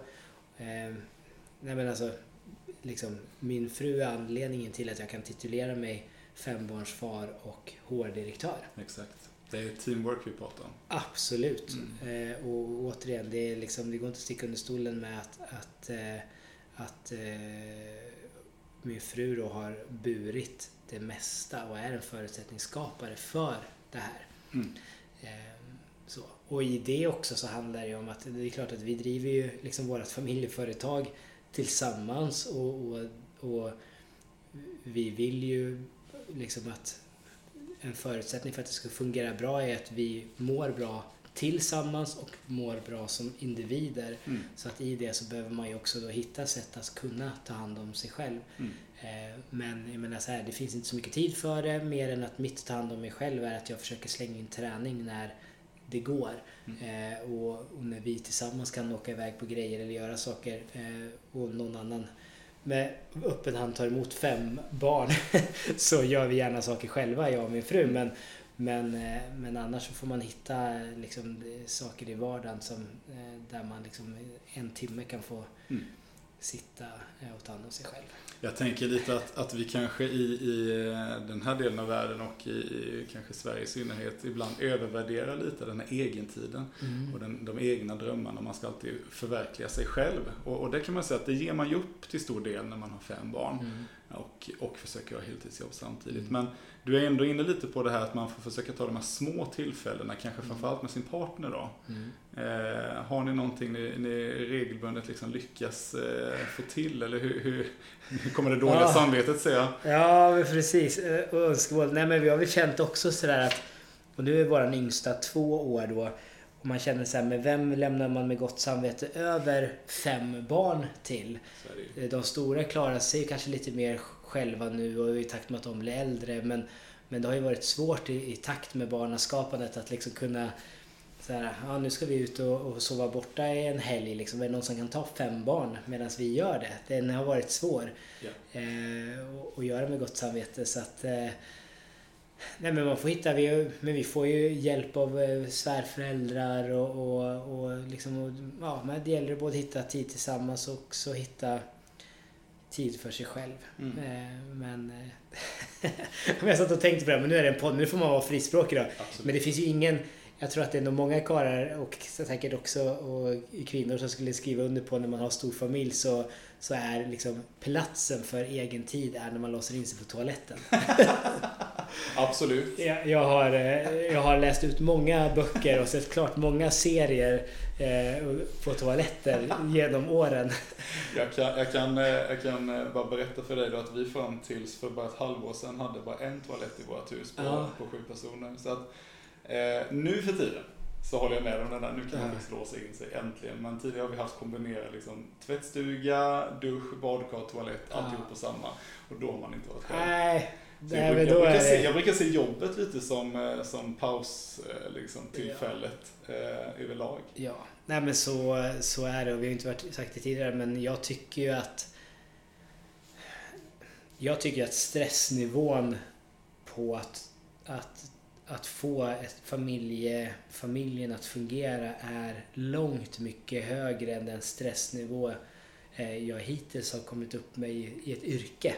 Speaker 2: liksom, min fru är anledningen till att jag kan titulera mig 5-barnsfar och HR-direktör.
Speaker 1: Exakt. Det är teamwork vi pratar om.
Speaker 2: Absolut. Och återigen, det är liksom, det går inte att sticka under stolen med att min fru då har burit det mesta och är en förutsättningsskapare för det här. Så. Och i det också så handlar det om att det är klart att vi driver ju liksom vårt familjeföretag tillsammans och vi vill ju liksom att en förutsättning för att det ska fungera bra är att vi mår bra tillsammans och mår bra som individer. Så att i det så behöver man ju också då hitta sätt att kunna ta hand om sig själv. Men jag menar så här, det finns inte så mycket tid för det, mer än att mitt ta hand om mig själv är att jag försöker slänga in träning när det går. Och när vi tillsammans kan åka iväg på grejer eller göra saker och någon annan med öppen hand tar emot 5 barn så gör vi gärna saker själva, jag och min fru. Men annars så får man hitta liksom saker i vardagen som, där man liksom 1 timme kan få sitta och ta hand om sig själv.
Speaker 1: Jag tänker lite att vi kanske i den här delen av världen och i kanske Sverige i synnerhet ibland övervärderar lite den här egentiden och de egna drömmarna. Man ska alltid förverkliga sig själv. Och det kan man säga att det ger man ju upp till stor del när man har 5 barn och försöker ha heltidsjobb samtidigt. Men du är ändå inne lite på det här att man får försöka ta de här små tillfällena, kanske framförallt med sin partner då. Har ni någonting ni regelbundet liksom lyckas få till, eller hur kommer det dåliga samvetet säga?
Speaker 2: Ja, men precis. Och önskemål. Nej, men vi har väl känt också sådär att, och nu är våran yngsta 2 år då, och man känner så här, med vem lämnar man med gott samvete över 5 barn till? De stora klarar sig kanske lite mer själva nu och i takt med att de blir äldre, men det har ju varit svårt i takt med barnaskapandet att liksom kunna så här, ja, nu ska vi ut och sova borta i en helg liksom. Är det någon som kan ta 5 barn medan vi gör det? Den har varit svår att göra med gott samvete, så att nej, men man får hitta, men vi får ju hjälp av svärföräldrar och liksom, ja, men det gäller både att hitta tid tillsammans och också hitta tid för sig själv. Men jag satt och tänkte på det, men nu är det en podd, nu får man vara frispråkig då. Absolut. Men det finns ju ingen, jag tror att det är nog många karlar och säkert också och kvinnor som skulle skriva under på, när man har stor familj så är liksom platsen för egen tid är när man låser in sig på toaletten.
Speaker 1: Absolut.
Speaker 2: Jag har läst ut många böcker och sett klart många serier på toaletter genom åren.
Speaker 1: Jag kan bara berätta för dig då att vi fram tills för bara ett halvår sedan hade bara en toalett i vårt hus på 7 personer. Så att nu för tiden så håller jag med om den där. Nu kan man faktiskt låsa in sig äntligen. Men tidigare har vi haft kombinerat liksom tvättstuga, dusch, badkar, toalett, alltihop på samma. Och då har man inte varit själv.
Speaker 2: Nej.
Speaker 1: Jag brukar se jobbet lite som paus liksom, tillfället överlag.
Speaker 2: Ja, nej, men så är det, och vi har inte sagt det tidigare, men jag tycker ju att stressnivån på att få familjen att fungera är långt mycket högre än den stressnivå jag hittills har kommit upp med i ett yrke.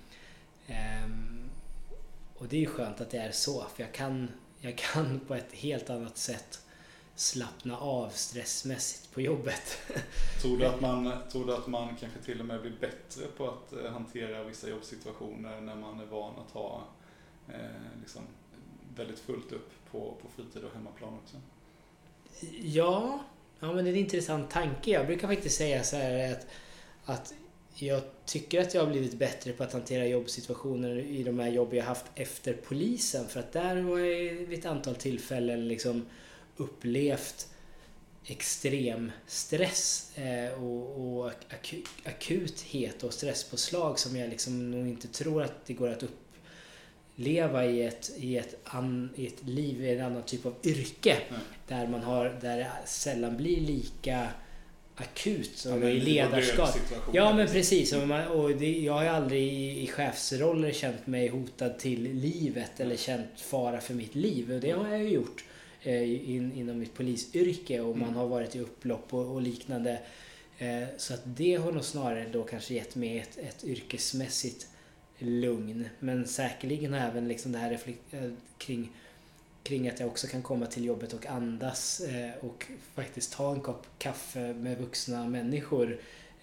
Speaker 2: Och det är ju skönt att det är så, för jag kan på ett helt annat sätt slappna av stressmässigt på jobbet.
Speaker 1: Tror du att man kanske till och med blir bättre på att hantera vissa jobbsituationer när man är van att ha liksom väldigt fullt upp på fritid och hemmaplan också?
Speaker 2: Ja, men det är en intressant tanke. Jag brukar faktiskt säga så här att jag tycker att jag har blivit bättre på att hantera jobbsituationer i de här jobb jag haft efter polisen. För att där har jag vid ett antal tillfällen liksom upplevt extrem stress och akuthet och stresspåslag som jag liksom nog inte tror att det går att uppleva i ett liv i en annan typ av yrke. Där det sällan blir lika akut som i ledarskap. Ja, men precis. Jag har aldrig i chefsroller känt mig hotad till livet eller känt fara för mitt liv. Och det har jag ju gjort inom mitt polisyrke, och man har varit i upplopp och liknande. Så att det har nog snarare då kanske gett mig ett yrkesmässigt lugn. Men säkerligen har även liksom det här kring att jag också kan komma till jobbet och andas och faktiskt ta en kopp kaffe med vuxna människor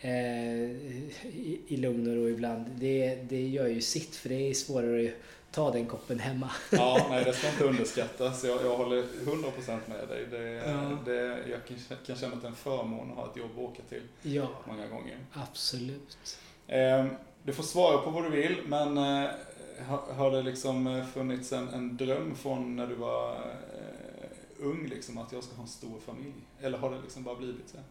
Speaker 2: i lugn och ro ibland. Det gör ju sitt, för det är svårare att ta den koppen hemma.
Speaker 1: Ja, nej, det ska inte underskattas. Jag håller 100% med dig. Jag kan känna att det är en förmån att ha ett jobb att åka till många gånger.
Speaker 2: Absolut.
Speaker 1: Du får svara på vad du vill, men har det liksom funnits en dröm från när du var ung liksom, att jag ska ha en stor familj? Eller har det liksom bara blivit så?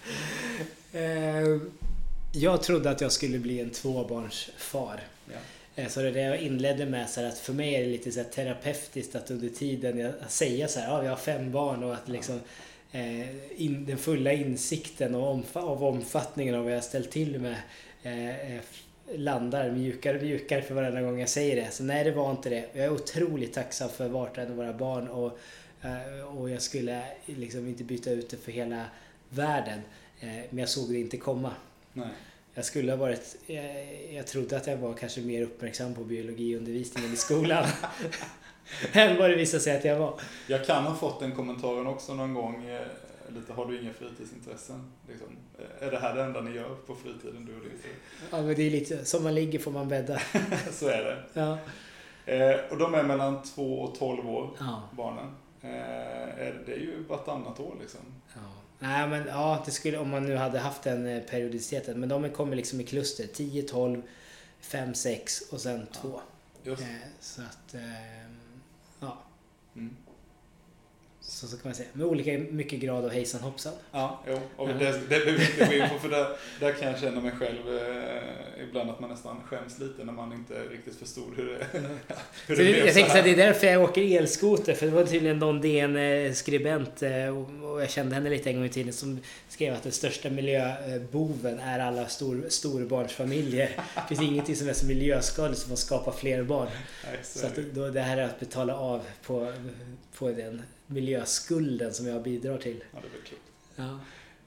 Speaker 2: Jag trodde att jag skulle bli en 2-barnsfar.
Speaker 1: Ja.
Speaker 2: Så det jag inledde med så här, att för mig är det lite så här terapeutiskt att under tiden jag säger så här, ja, vi har 5 barn och att liksom den fulla insikten av omfattningen av vad jag ställt till med landar mjukare och mjukare för varenda gång jag säger det. Så nej, det var inte det. Jag är otroligt tacksam för vart och en av våra barn och jag skulle liksom inte byta ut det för hela världen. Men jag såg det inte komma.
Speaker 1: Nej.
Speaker 2: Jag skulle ha varit, jag trodde att jag var kanske mer uppmärksam på biologiundervisningen i skolan än vad det visade sig att jag var.
Speaker 1: Jag kan ha fått den kommentaren också någon gång, lite, har du inga fritidsintressen? Liksom, är det här det enda ni gör på fritiden, du och din fru?
Speaker 2: Ja, men det är lite, som man ligger får man bädda.
Speaker 1: Så är det.
Speaker 2: Ja.
Speaker 1: Och de är mellan 2 och 12 år, barnen. Det är ju vartannat år liksom.
Speaker 2: Ja. Nej, men ja, det skulle, om man nu hade haft den periodiciteten, men de kommer liksom i kluster, 10, 12, 5, 6 och sen 2.
Speaker 1: Just.
Speaker 2: Så att, ja.
Speaker 1: Mm.
Speaker 2: Så kan man säga. Med olika mycket grad av hejsan hoppsan.
Speaker 1: Ja, jo. Och det behöver vi inte gå in på, för där kan jag känna mig själv ibland att man nästan skäms lite när man inte riktigt förstod hur det blev.
Speaker 2: Jag tänkte att det är därför jag åker elskoter, för det var tydligen någon DN-skribent och jag kände henne lite en gång i tiden som skrev att den största miljöboven är alla storbarnsfamiljer. Det finns ingenting som är så miljöskadligt som att skapa fler barn. Nej, så att då, det här är att betala av på den miljöskulden som jag bidrar till.
Speaker 1: Ja, det är väl klokt.
Speaker 2: Ja.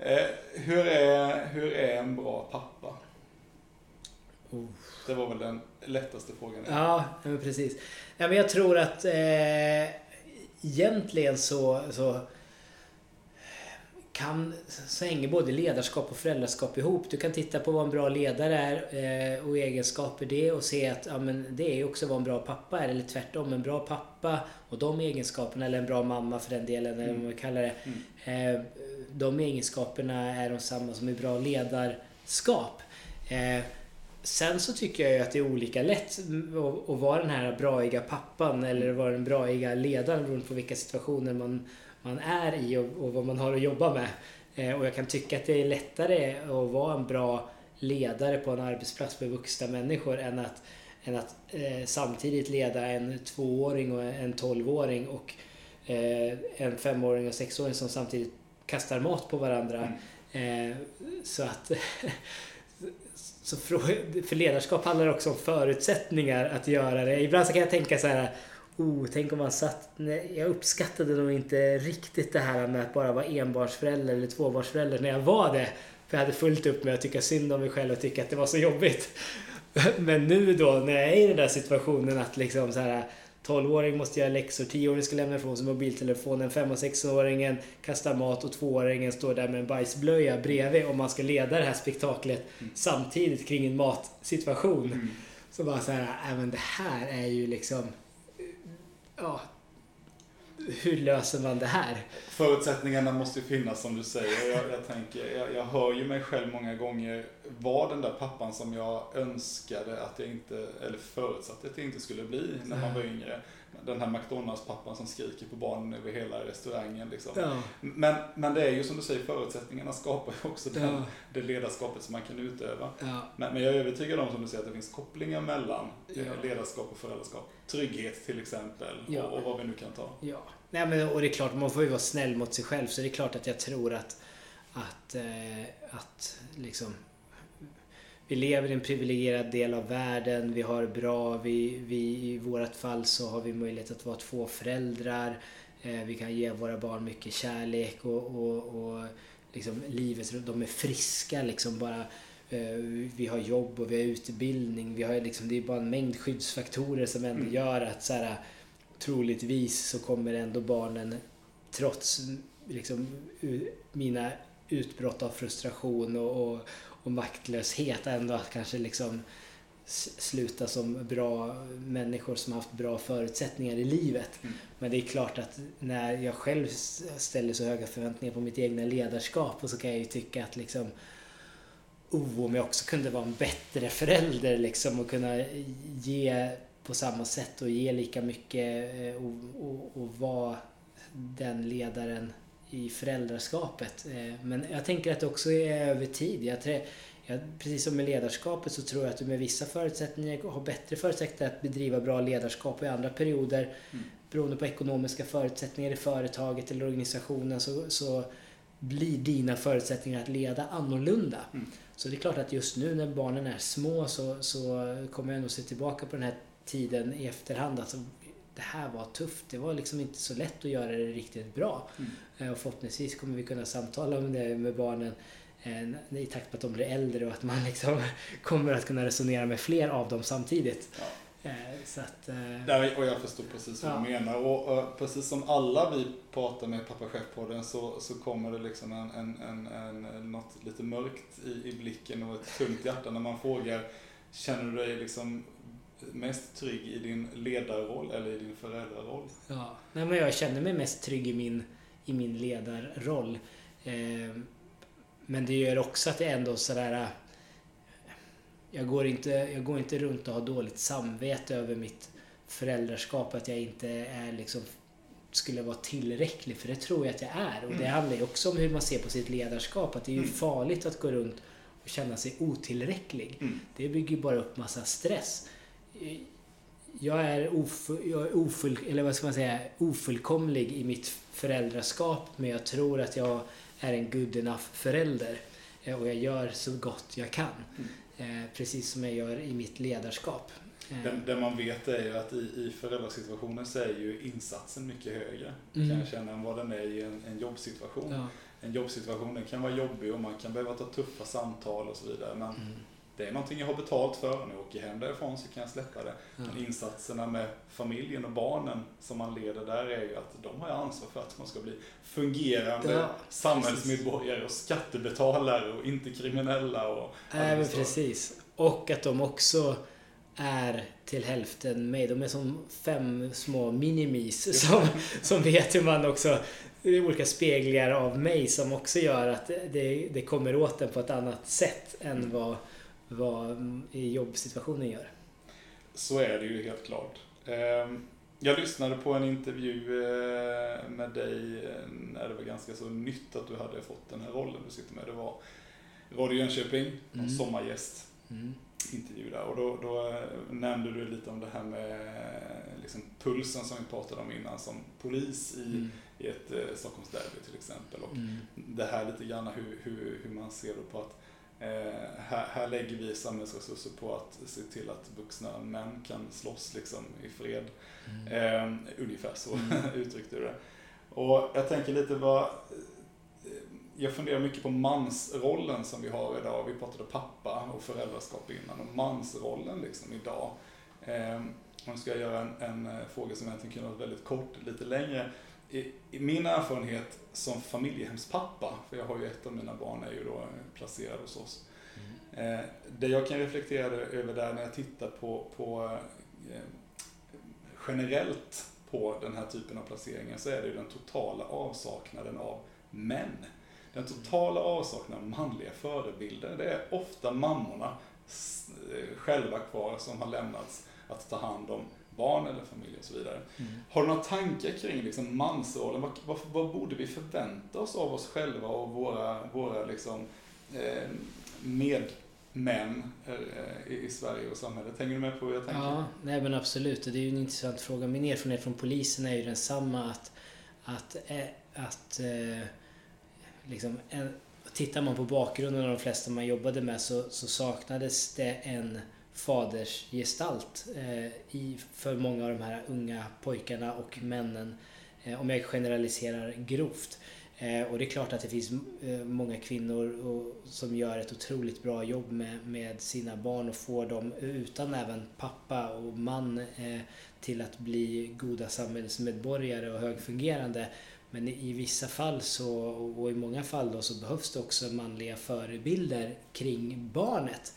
Speaker 1: Hur är en bra pappa? Det var väl den lättaste frågan.
Speaker 2: Ja, men precis. Ja, men jag tror att egentligen så hänger både ledarskap och föräldraskap ihop. Du kan titta på vad en bra ledare är och egenskaper det och se att ja, men det är ju också vad en bra pappa är, eller tvärtom, en bra pappa och de egenskaperna, eller en bra mamma för den delen, eller vad man kallar det. De egenskaperna är de samma som i bra ledarskap. Sen så tycker jag ju att det är olika lätt att vara den här braiga pappan eller vara den braiga ledaren beroende på vilka situationer man är i och vad man har att jobba med. Och jag kan tycka att det är lättare att vara en bra ledare på en arbetsplats med vuxna människor än att samtidigt leda en 2-åring och en 12-åring och en 5-åring och 6-åring som samtidigt kastar mat på varandra. Så att så för ledarskap handlar det också om förutsättningar att göra det. Ibland så kan jag tänka så här, tänk om man jag uppskattade nog inte riktigt det här med att bara vara enbarnsförälder eller tvåbarnsförälder när jag var det. För jag hade fullt upp med att tycka synd om mig själv och tycka att det var så jobbigt. Men nu då, när jag är i den där situationen att liksom så här, 12-åring måste göra läxor, 10-åring ska lämna ifrån sig mobiltelefonen, 5- och 6-åringen kastar mat och 2-åringen står där med en bajsblöja bredvid och man ska leda det här spektaklet samtidigt kring en matsituation. Så bara så här, även det här är ju liksom, ja, hur löser man det här?
Speaker 1: Förutsättningarna måste ju finnas som du säger. Jag hör ju mig själv många gånger vara den där pappan som jag önskade att jag inte, eller förutsatte att jag inte skulle bli när man var yngre. Den här McDonalds-pappan som skriker på barnen över hela restaurangen. Liksom. Ja. Men det är ju som du säger, förutsättningarna skapar ju också det ledarskapet som man kan utöva. Ja. Men jag är övertygad om, som du säger, att det finns kopplingar mellan ledarskap och föräldraskap. Trygghet till exempel och vad vi nu kan ta.
Speaker 2: Ja. Nej, men, och det är klart, man får ju vara snäll mot sig själv, så det är klart att jag tror att liksom, vi lever i en privilegierad del av världen, vi har bra, vi i vårat fall så har vi möjlighet att vara 2 föräldrar, vi kan ge våra barn mycket kärlek och liksom livet, de är friska liksom bara, vi har jobb och vi har utbildning, vi har liksom, det är bara en mängd skyddsfaktorer som ändå gör att så här, troligtvis så kommer ändå barnen, trots liksom mina utbrott av frustration och maktlöshet, ändå att kanske liksom sluta som bra människor som har haft bra förutsättningar i livet. Men det är klart att när jag själv ställer så höga förväntningar på mitt egna ledarskap, och så kan jag ju tycka att liksom, om jag också kunde vara en bättre förälder liksom, och kunna ge på samma sätt och ge lika mycket och vara den ledaren i föräldraskapet. Men jag tänker att det också är över tid. precis som med ledarskapet så tror jag att du med vissa förutsättningar har bättre förutsättningar att bedriva bra ledarskap, och i andra perioder beroende på ekonomiska förutsättningar i företaget eller organisationen så blir dina förutsättningar att leda annorlunda. Så det är klart att just nu när barnen är små så kommer jag nog se tillbaka på den här tiden i efterhand. Alltså, det här var tufft. Det var liksom inte så lätt att göra det riktigt bra. Och förhoppningsvis kommer vi kunna samtala om det med barnen i takt med att de blir äldre, och att man liksom kommer att kunna resonera med fler av dem samtidigt. Så att,
Speaker 1: och jag förstår precis vad du menar. Och precis som alla vi pratar med Pappa Chef-podden så kommer det liksom något lite mörkt i blicken och ett tungt hjärta när man frågar: känner du dig liksom mest trygg i din ledarroll eller i din föräldraroll?
Speaker 2: Ja, nej, men jag känner mig mest trygg i min ledarroll. Men det gör också att det ändå sådär... Jag går inte runt och har dåligt samvete över mitt föräldraskap, att jag inte är liksom, skulle vara tillräcklig, för det tror jag att jag är. Och det handlar ju också om hur man ser på sitt ledarskap, att det är ju farligt att gå runt och känna sig otillräcklig. Det bygger ju bara upp massa stress. Jag är ofullkomlig i mitt föräldraskap, men jag tror att jag är en good enough förälder, och jag gör så gott jag kan. Precis som jag gör i mitt ledarskap.
Speaker 1: Det man vet är ju att i föräldrasituationen så är ju insatsen mycket högre, kan jag känna, än vad den är i en jobbsituation. Ja. En jobbsituation, den kan vara jobbig och man kan behöva ta tuffa samtal och så vidare, men det är någonting jag har betalt för. Nu åker jag hem därifrån så kan jag släppa det. Men insatserna med familjen och barnen som man leder där är ju att de har ansvar för att man ska bli fungerande samhällsmedborgare och skattebetalare och inte kriminella. Och
Speaker 2: precis. Och att de också är till hälften med. De är som 5 små minimis som vet hur man också... Det är olika speglingar av mig som också gör att det kommer åt den på ett annat sätt än vad i jobbsituationen gör.
Speaker 1: Så är det ju helt klart. Jag lyssnade på en intervju med dig när det var ganska så nytt att du hade fått den här rollen du sitter med. Det var Radio Jönköping, en sommargäst intervju där. Och då nämnde du lite om det här med liksom pulsen som vi pratade om innan som polis i ett Stockholmsderby till exempel. Och det här lite grann hur man ser då på att här lägger vi samhällsresurser på att se till att vuxna män kan slåss liksom i fred. Ungefär så uttryckte du det. Och jag tänker lite jag funderar mycket på mansrollen som vi har idag. Vi pratade pappa och föräldraskap innan, och mansrollen liksom idag. Om ska jag göra en fråga som egentligen kunde vara väldigt kort, lite längre. I min erfarenhet som familjehemspappa, för jag har ju ett av mina barn är ju då placerad hos oss. Det jag kan reflektera över där när jag tittar på generellt på den här typen av placeringar, så är det ju den totala avsaknaden av män. Den totala avsaknaden av manliga förebilder. Det är ofta mammorna själva kvar som har lämnats att ta hand om barn eller familj och så vidare. Har du några tankar kring liksom mansrollen? Vad borde vi förvänta oss av oss själva och våra liksom, medmän i Sverige och samhället? Hänger du med på vad jag tänker?
Speaker 2: Ja, nej men absolut. Det är ju en intressant fråga. Min erfarenhet från polisen är ju densamma att liksom tittar man på bakgrunden av de flesta man jobbade med så saknades det en fadersgestalt för många av de här unga pojkarna och männen, om jag generaliserar grovt. Och det är klart att det finns många kvinnor som gör ett otroligt bra jobb med sina barn och får dem utan även pappa och man till att bli goda samhällsmedborgare och högfungerande. Men i vissa fall och i många fall då, så behövs det också manliga förebilder kring barnet.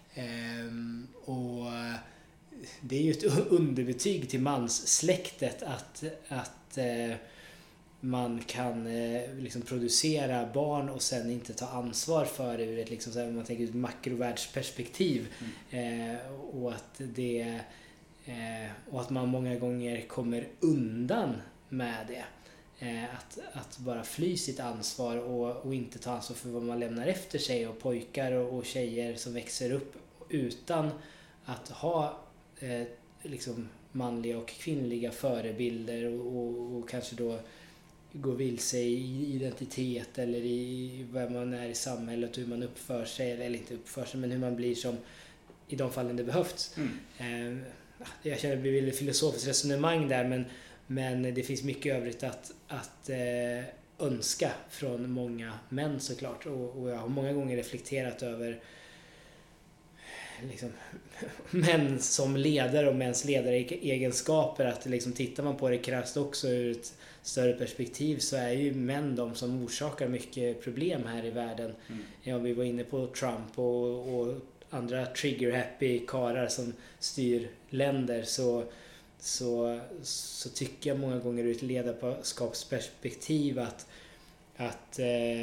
Speaker 2: Och det är ju ett underbetyg till manssläktet att man kan liksom producera barn och sen inte ta ansvar för det ur ett liksom, så här, man tänker ett makrovärldsperspektiv. Och att man många gånger kommer undan med det. Att bara fly sitt ansvar och inte ta ansvar för vad man lämnar efter sig, och pojkar och tjejer som växer upp utan att ha liksom manliga och kvinnliga förebilder och kanske då gå vilse i identitet eller i vad man är i samhället, hur man uppför sig eller inte uppför sig, men hur man blir som i de fallen det behövs. Jag känner det blir ett filosofiskt resonemang där, men det finns mycket övrigt att önska från många män såklart, och jag har många gånger reflekterat över liksom, män som ledare och mäns ledaregenskaper, att liksom, tittar man på det krasst också ur ett större perspektiv, så är ju män de som orsakar mycket problem här i världen. Ja, vi var inne på Trump och andra trigger-happy karar som styr länder, så tycker jag många gånger ur ett ledarskapsperspektiv att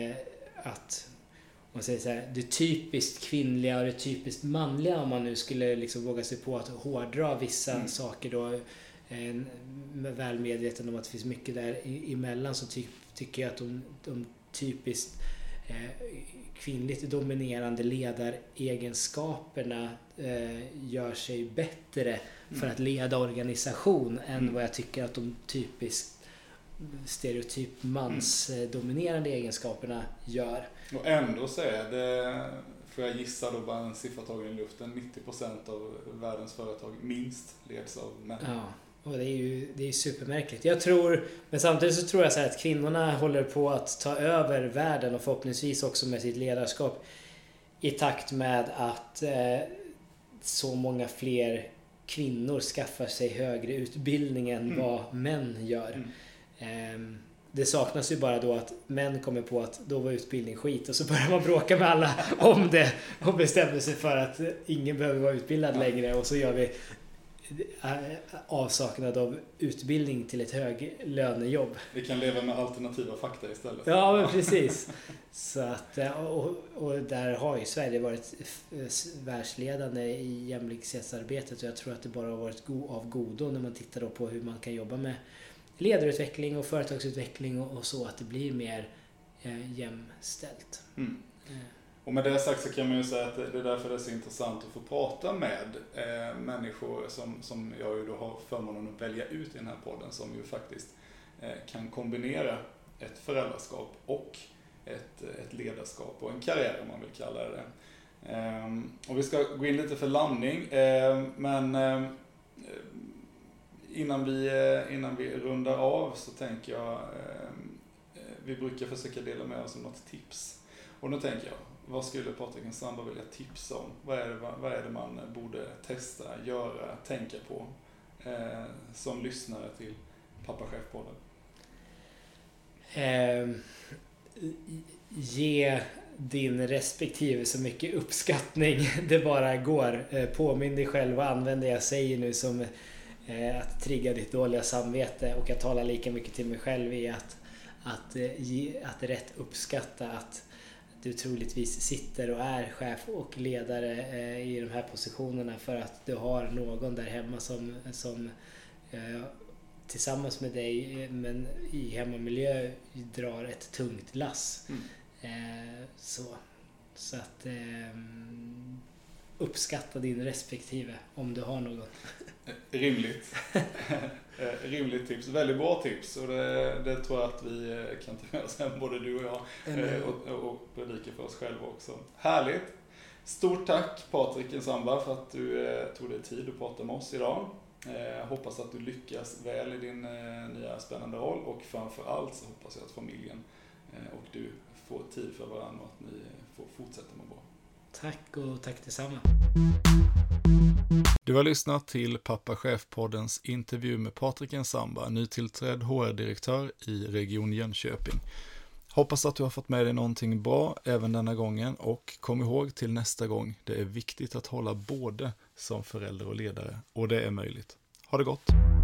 Speaker 2: man säger så här, det typiskt kvinnliga och det typiskt manliga, om man nu skulle liksom våga sig på att hårdra vissa saker då, väl medveten om att det finns mycket där emellan, så tycker jag att de typiskt kvinnligt dominerande ledaregenskaperna gör sig bättre för att leda organisation än vad jag tycker att de typiskt stereotyp mansdominerande egenskaperna gör.
Speaker 1: Och ändå så är det, får jag gissa då, bara en siffra tagen i luften, 90% av världens företag minst leds av män.
Speaker 2: Ja, och det är supermärkligt. Men samtidigt så tror jag så här att kvinnorna håller på att ta över världen, och förhoppningsvis också med sitt ledarskap, i takt med att så många fler kvinnor skaffar sig högre utbildning än vad män gör. Det saknas ju bara då att män kommer på att då var utbildning skit, och så börjar man bråka med alla om det och bestämmer sig för att ingen behöver vara utbildad längre, och så gör vi avsaknad av utbildning till ett höglönejobb.
Speaker 1: Vi kan leva med alternativa fakta istället.
Speaker 2: Ja, men precis. Så att, och där har ju Sverige varit världsledande i jämlikhetsarbetet, och jag tror att det bara har varit av godo när man tittar då på hur man kan jobba med ledarutveckling och företagsutveckling och så, att det blir mer jämställt.
Speaker 1: Och med det sagt så kan man ju säga att det är därför det är så intressant att få prata med människor som jag ju då har förmånen att välja ut i den här podden, som ju faktiskt kan kombinera ett föräldraskap och ett ledarskap och en karriär, om man vill kalla det. Och vi ska gå in lite för landning, men innan vi rundar av så tänker jag, vi brukar försöka dela med oss om något tips. Och nu tänker jag, vad skulle Patrik Nsamba vilja tipsa om? Vad är det man borde testa, göra, tänka på som lyssnare till Pappa Chef-podden?
Speaker 2: Ge din respektive så mycket uppskattning det bara går. Påminn dig själv och använd det jag säger nu som att trigga ditt dåliga samvete, och att tala lika mycket till mig själv i att rätt uppskatta att du troligtvis sitter och är chef och ledare i de här positionerna för att du har någon där hemma som tillsammans med dig, men i hemmamiljö, drar ett tungt lass. Så att uppskatta din respektive om du har någon.
Speaker 1: Rimligt. Rimligt tips. Väldigt bra tips, och det tror jag att vi kan ta med oss hem, både du och jag, och predika för oss själva också. Härligt. Stort tack Patrik Nsamba för att du tog dig tid att prata med oss idag. Hoppas att du lyckas väl i din nya spännande roll, och framförallt så hoppas jag att familjen och du får tid för varandra och att ni får fortsätta med bra.
Speaker 2: Tack, och tack detsamma.
Speaker 1: Du har lyssnat till Pappa Chef-poddens intervju med Patrik Nsamba, nytillträdd HR-direktör i Region Jönköping. Hoppas att du har fått med dig någonting bra även denna gången, och kom ihåg till nästa gång, det är viktigt att hålla både som förälder och ledare, och det är möjligt. Ha det gott!